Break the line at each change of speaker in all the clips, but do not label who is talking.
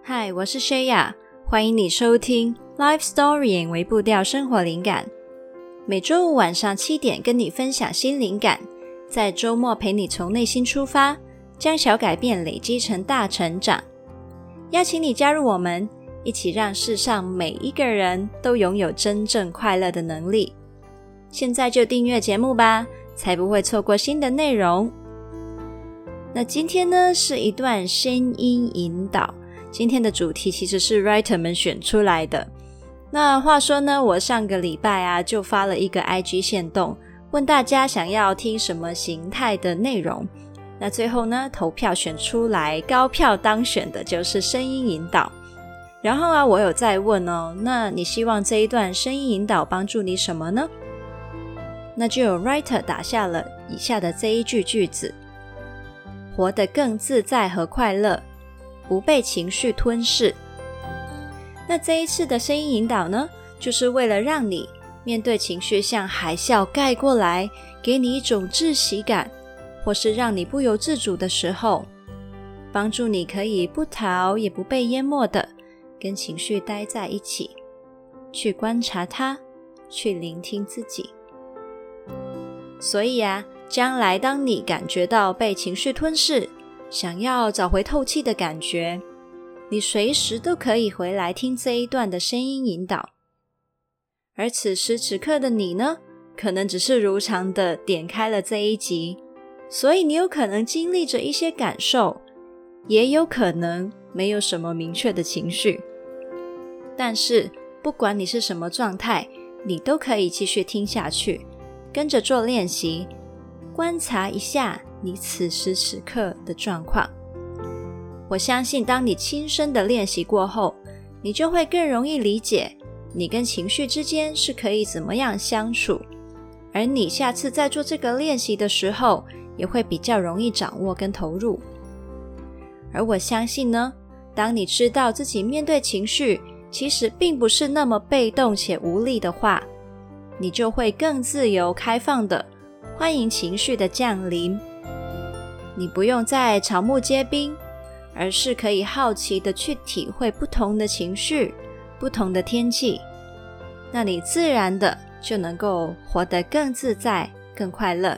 嗨，我是 Shaya， 欢迎你收听 Life Story 微步调生活灵感。每周五晚上7点跟你分享新灵感，在周末陪你从内心出发，将小改变累积成大成长。邀请你加入我们，一起让世上每一个人都拥有真正快乐的能力。现在就订阅节目吧，才不会错过新的内容。那今天呢，是一段声音引导。今天的主题其实是 writer 们选出来的。那话说呢，我上个礼拜就发了一个 IG 限动，问大家想要听什么形态的内容。那最后呢，投票选出来高票当选的就是声音引导。然后我有再问那你希望这一段声音引导帮助你什么呢？那就有 writer 打下了以下的这一句句子：活得更自在和快乐，不被情绪吞噬。那这一次的声音引导呢，就是为了让你面对情绪像海啸盖过来，给你一种窒息感，或是让你不由自主的时候，帮助你可以不逃也不被淹没的跟情绪待在一起，去观察它，去聆听自己。所以将来当你感觉到被情绪吞噬，想要找回透气的感觉，你随时都可以回来听这一段的声音引导。而此时此刻的你呢，可能只是如常的点开了这一集，所以你有可能经历着一些感受，也有可能没有什么明确的情绪。但是不管你是什么状态，你都可以继续听下去，跟着做练习，观察一下你此时此刻的状况。我相信当你亲身的练习过后，你就会更容易理解你跟情绪之间是可以怎么样相处，而你下次在做这个练习的时候，也会比较容易掌握跟投入。而我相信呢，当你知道自己面对情绪其实并不是那么被动且无力的话，你就会更自由开放的欢迎情绪的降临。你不用再草木皆兵，而是可以好奇的去体会不同的情绪，不同的天气，那你自然的就能够活得更自在，更快乐。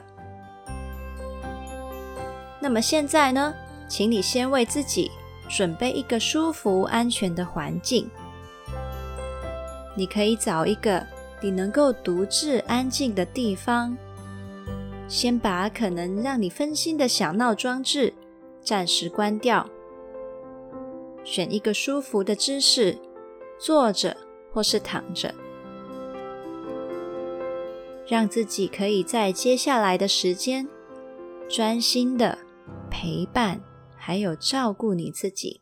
那么现在呢，请你先为自己准备一个舒服安全的环境。你可以找一个你能够独自安静的地方，先把可能让你分心的小闹装置暂时关掉，选一个舒服的姿势，坐着或是躺着，让自己可以在接下来的时间专心的陪伴还有照顾你自己。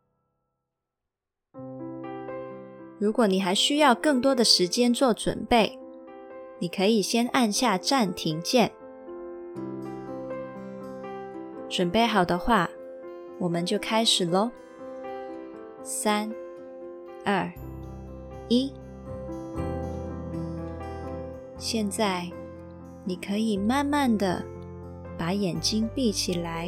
如果你还需要更多的时间做准备，你可以先按下暂停键。准备好的话，我们就开始咯。3、2、1。现在你可以慢慢的把眼睛闭起来。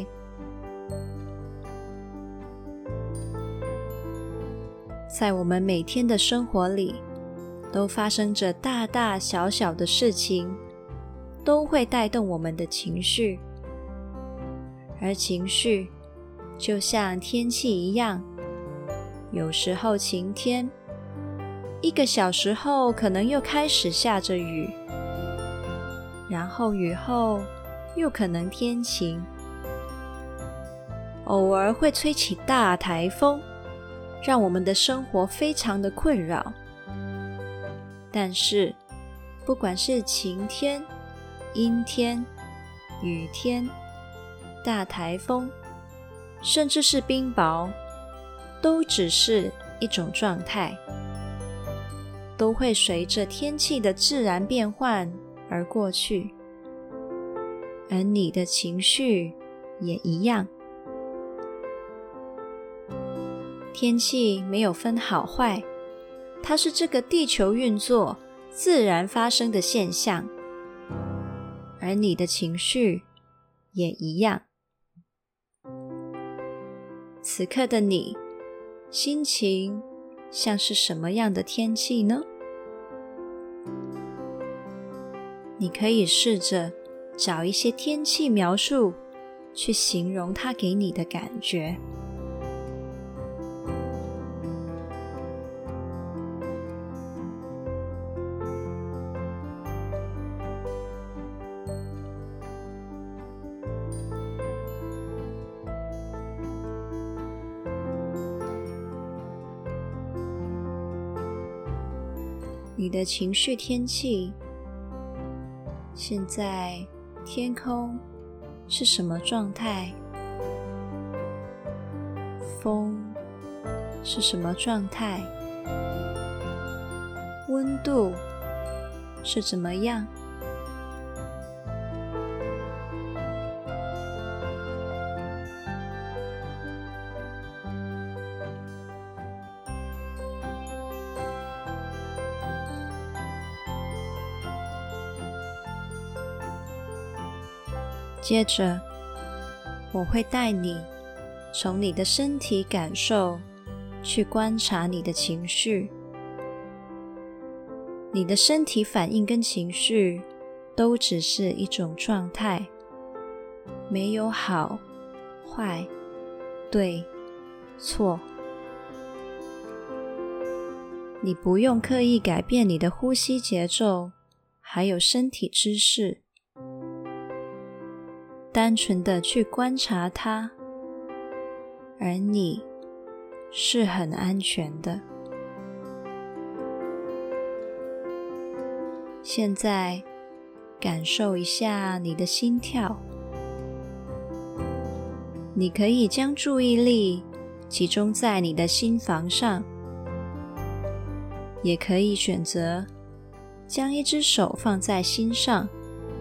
在我们每天的生活里，都发生着大大小小的事情，都会带动我们的情绪。而情绪就像天气一样，有时候晴天，1个小时后可能又开始下着雨，然后雨后又可能天晴，偶尔会吹起大台风，让我们的生活非常的困扰。但是不管是晴天、阴天、雨天、大台风，甚至是冰雹，都只是一种状态，都会随着天气的自然变换而过去。而你的情绪也一样。天气没有分好坏，它是这个地球运作自然发生的现象，而你的情绪也一样。此刻的你心情像是什么样的天气呢？你可以试着找一些天气描述，去形容它给你的感觉。你的情绪天气，现在天空是什么状态？风是什么状态？温度是怎么样？接着，我会带你从你的身体感受去观察你的情绪。你的身体反应跟情绪都只是一种状态，没有好、坏、对、错。你不用刻意改变你的呼吸节奏，还有身体姿势，单纯的去观察它，而你是很安全的。现在感受一下你的心跳，你可以将注意力集中在你的心房上，也可以选择将一只手放在心上，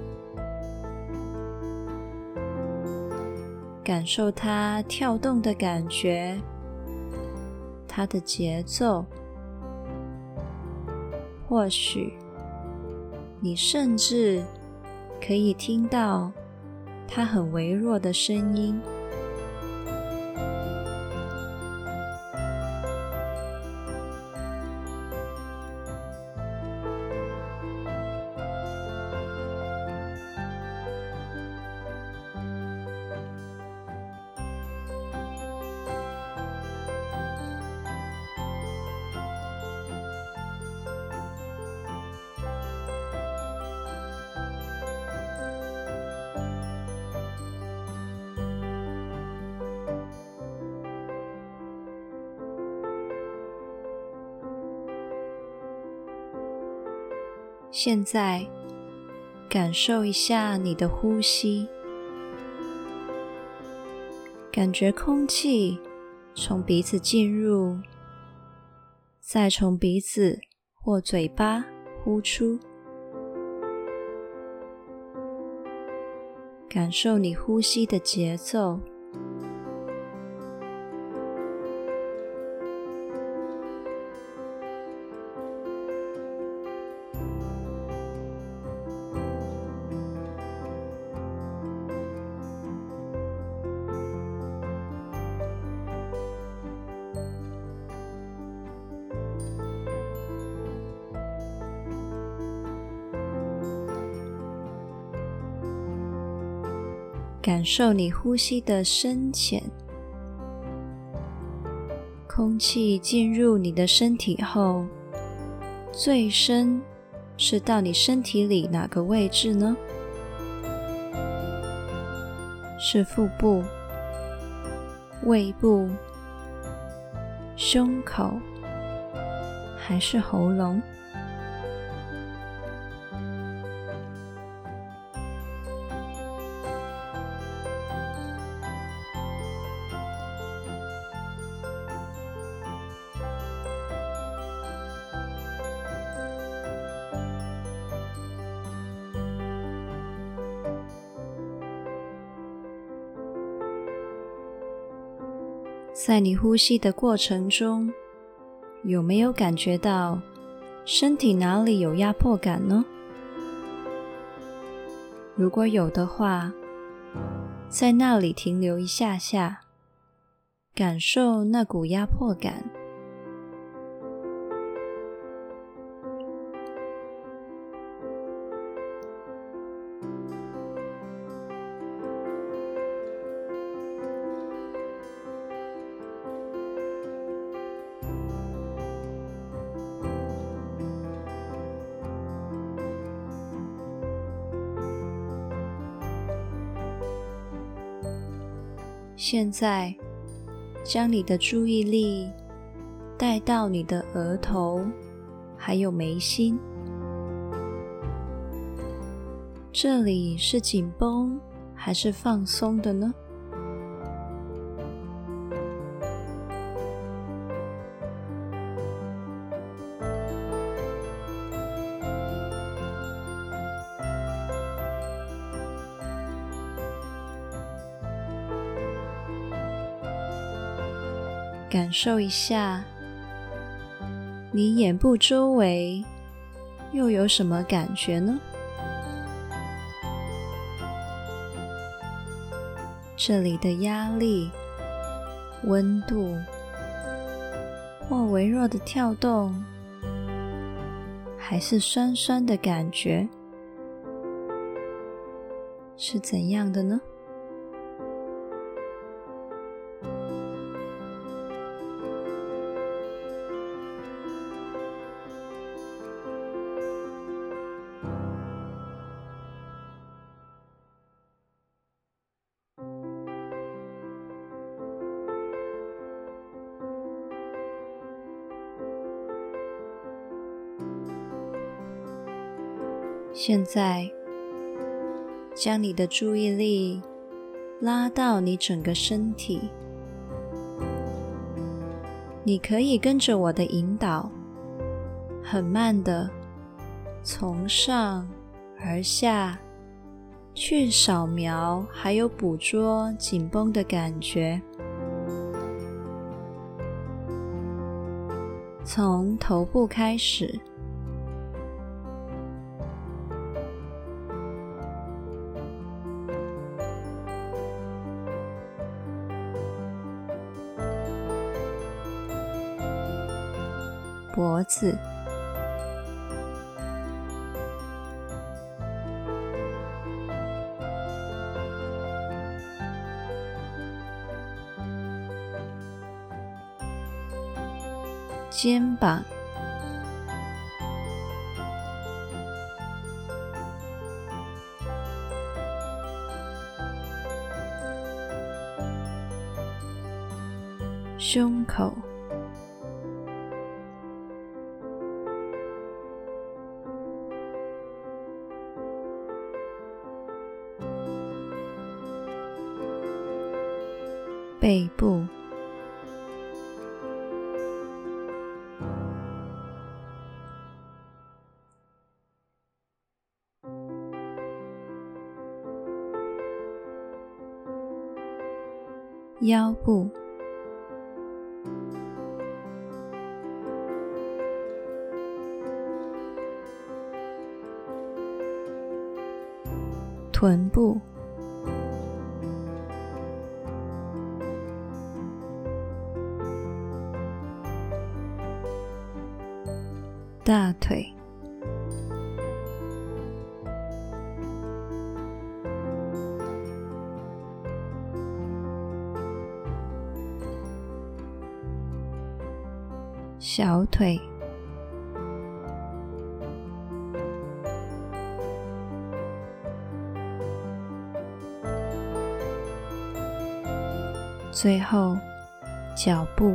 感受它跳动的感觉，它的节奏。或许你甚至可以听到它很微弱的声音。现在感受一下你的呼吸，感觉空气从鼻子进入，再从鼻子或嘴巴呼出，感受你呼吸的节奏。感受你呼吸的深浅，空气进入你的身体后，最深是到你身体里哪个位置呢？是腹部、胃部、胸口，还是喉咙？在你呼吸的过程中，有没有感觉到身体哪里有压迫感呢？如果有的话，在那里停留一下下， 感受那股压迫感。现在，将你的注意力带到你的额头，还有眉心。这里是紧绷还是放松的呢？感受一下，你眼部周围又有什么感觉呢？这里的压力、温度或微弱的跳动，还是酸酸的感觉，是怎样的呢？现在，将你的注意力拉到你整个身体。你可以跟着我的引导，很慢的从上而下去扫描还有捕捉紧绷的感觉，从头部开始，脖子、肩膀、胸口、背部、腰部、臀部、大腿、小腿、最后脚部。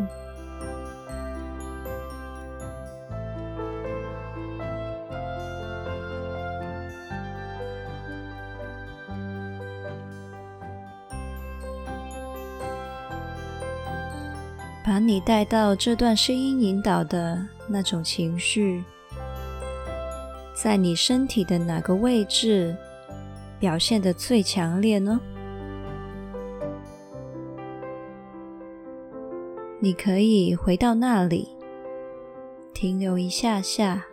把你带到这段声音引导的那种情绪，在你身体的哪个位置表现得最强烈呢？你可以回到那里，停留一下下，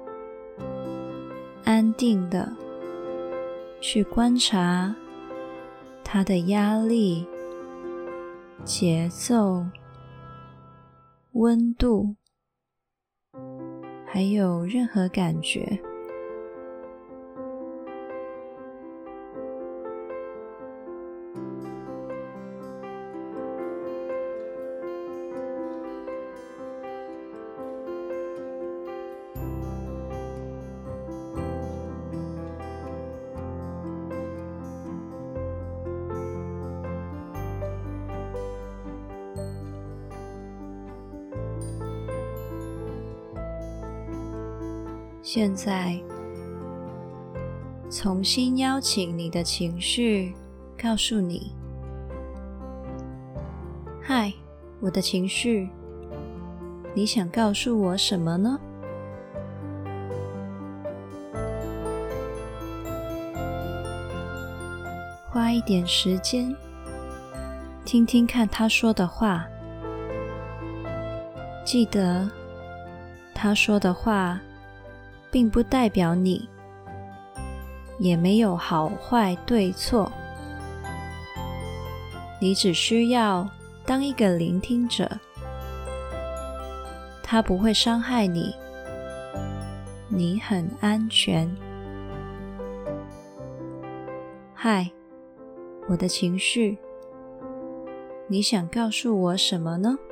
安定的去观察它的压力、 节奏、温度，还有任何感觉。现在，重新邀请你的情绪，告诉你：嗨，我的情绪，你想告诉我什么呢？花一点时间，听听看他说的话。记得，他说的话并不代表你，也没有好坏对错，你只需要当一个聆听者，它不会伤害你，你很安全。嗨，我的情绪，你想告诉我什么呢？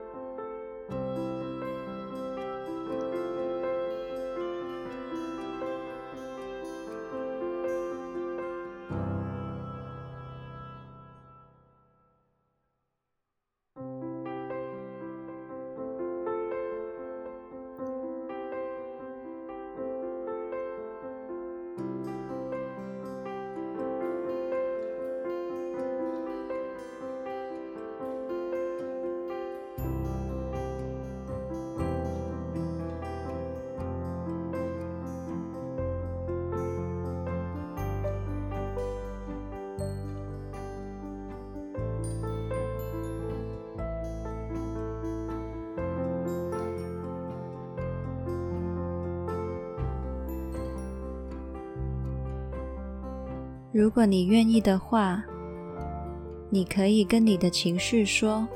如果你愿意的话，你可以跟你的情绪说：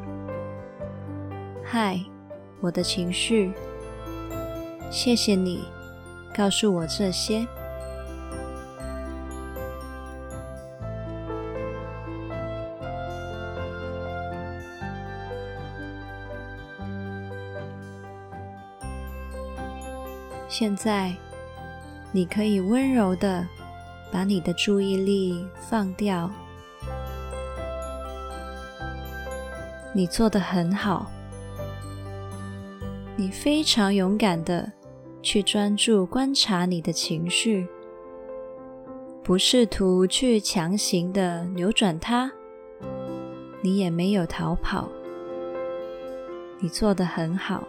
嗨，我的情绪，谢谢你告诉我这些。现在，你可以温柔地把你的注意力放掉。你做得很好，你非常勇敢地去专注观察你的情绪，不试图去强行地扭转它，你也没有逃跑。你做得很好。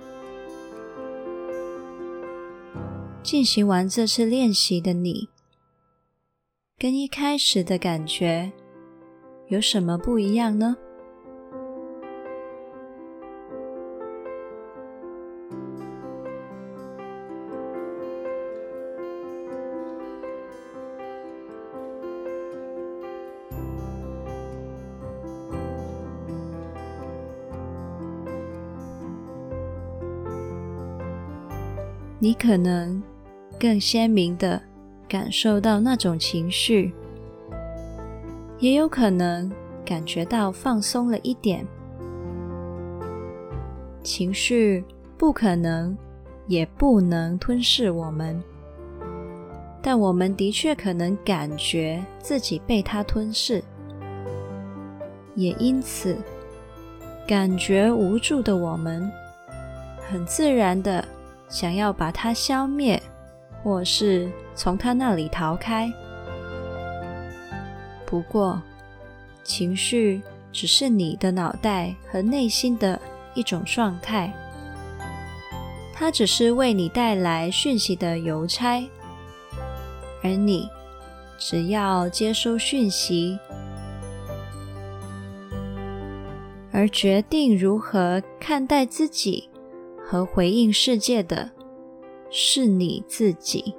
进行完这次练习的你，跟一开始的感觉有什么不一样呢？你可能更鲜明地感受到那种情绪，也有可能感觉到放松了一点。情绪不可能也不能吞噬我们，但我们的确可能感觉自己被它吞噬，也因此感觉无助的我们很自然地想要把它消灭，或是从它那里逃开。不过，情绪只是你的脑袋和内心的一种状态，它只是为你带来讯息的邮差，而你只要接收讯息，而决定如何看待自己和回应世界的是你自己。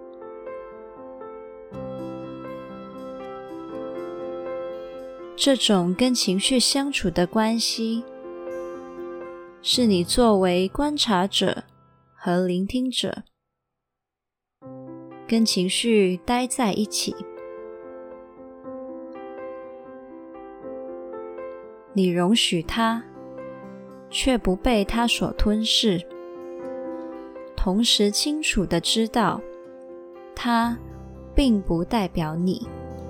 这种跟情绪相处的关系，是你作为观察者和聆听者，跟情绪待在一起。你容许它，却不被它所吞噬，同时清楚地知道，它并不代表你。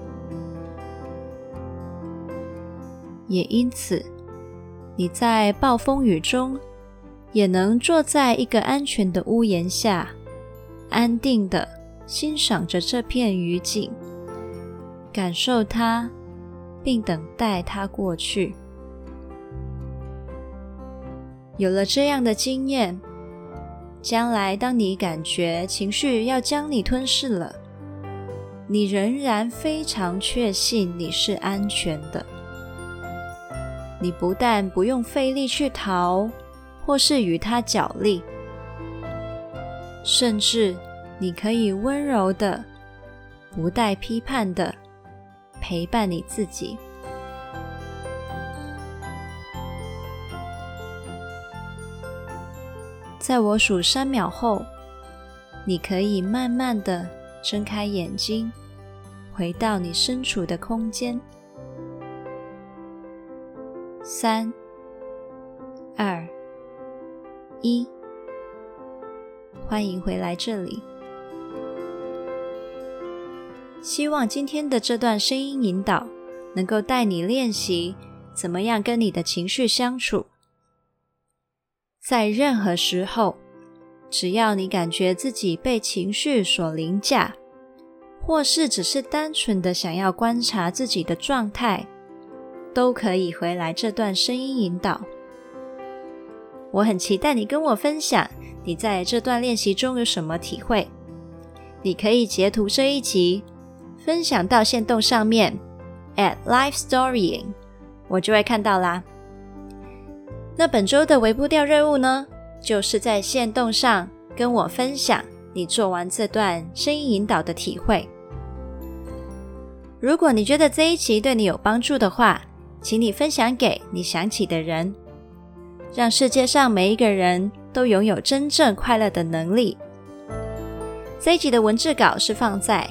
也因此，你在暴风雨中，也能坐在一个安全的屋檐下，安定地欣赏着这片雨景，感受它，并等待它过去。有了这样的经验，将来当你感觉情绪要将你吞噬了，你仍然非常确信你是安全的。你不但不用费力去逃，或是与它角力，甚至你可以温柔的、不带批判的陪伴你自己。在我数3秒后，你可以慢慢的睁开眼睛，回到你身处的空间。3、2、1，欢迎回来这里。希望今天的这段声音引导能够带你练习怎么样跟你的情绪相处。在任何时候，只要你感觉自己被情绪所凌驾，或是只是单纯的想要观察自己的状态，都可以回来这段声音引导。我很期待你跟我分享你在这段练习中有什么体会。你可以截图这一集分享到限动上面 @lifestorying， 我就会看到啦。那本周的微步调任务呢，就是在限动上跟我分享你做完这段声音引导的体会。如果你觉得这一集对你有帮助的话，请你分享给你想起的人，让世界上每一个人都拥有真正快乐的能力。这一集的文字稿是放在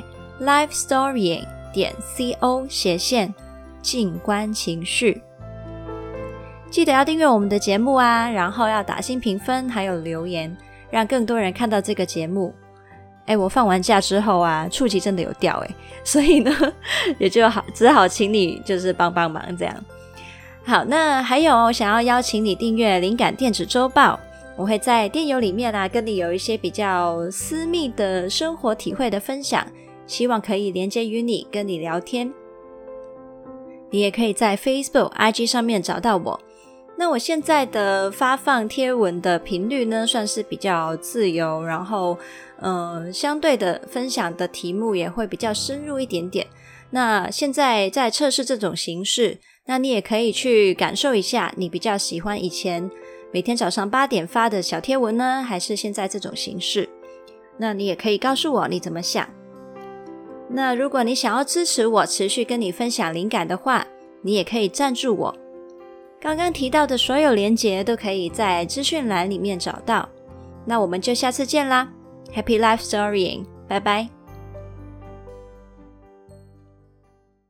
lifestorying.co/ 静观情绪。记得要订阅我们的节目啊，然后要打星评分还有留言，让更多人看到这个节目。我放完假之后啊，触及真的有掉所以呢也就只好请你就是帮帮忙这样。好，那还有想要邀请你订阅灵感电子周报，我会在电邮里面跟你有一些比较私密的生活体会的分享，希望可以连接于你，跟你聊天。你也可以在 Facebook、IG 上面找到我。那我现在的发放贴文的频率呢，算是比较自由，然后相对的分享的题目也会比较深入一点点。那现在在测试这种形式，那你也可以去感受一下，你比较喜欢以前每天早上8点发的小贴文呢，还是现在这种形式？那你也可以告诉我你怎么想。那如果你想要支持我持续跟你分享灵感的话，你也可以赞助我。刚刚提到的所有连结都可以在资讯栏里面找到。那我们就下次见啦， Happy Life Storying， 拜拜。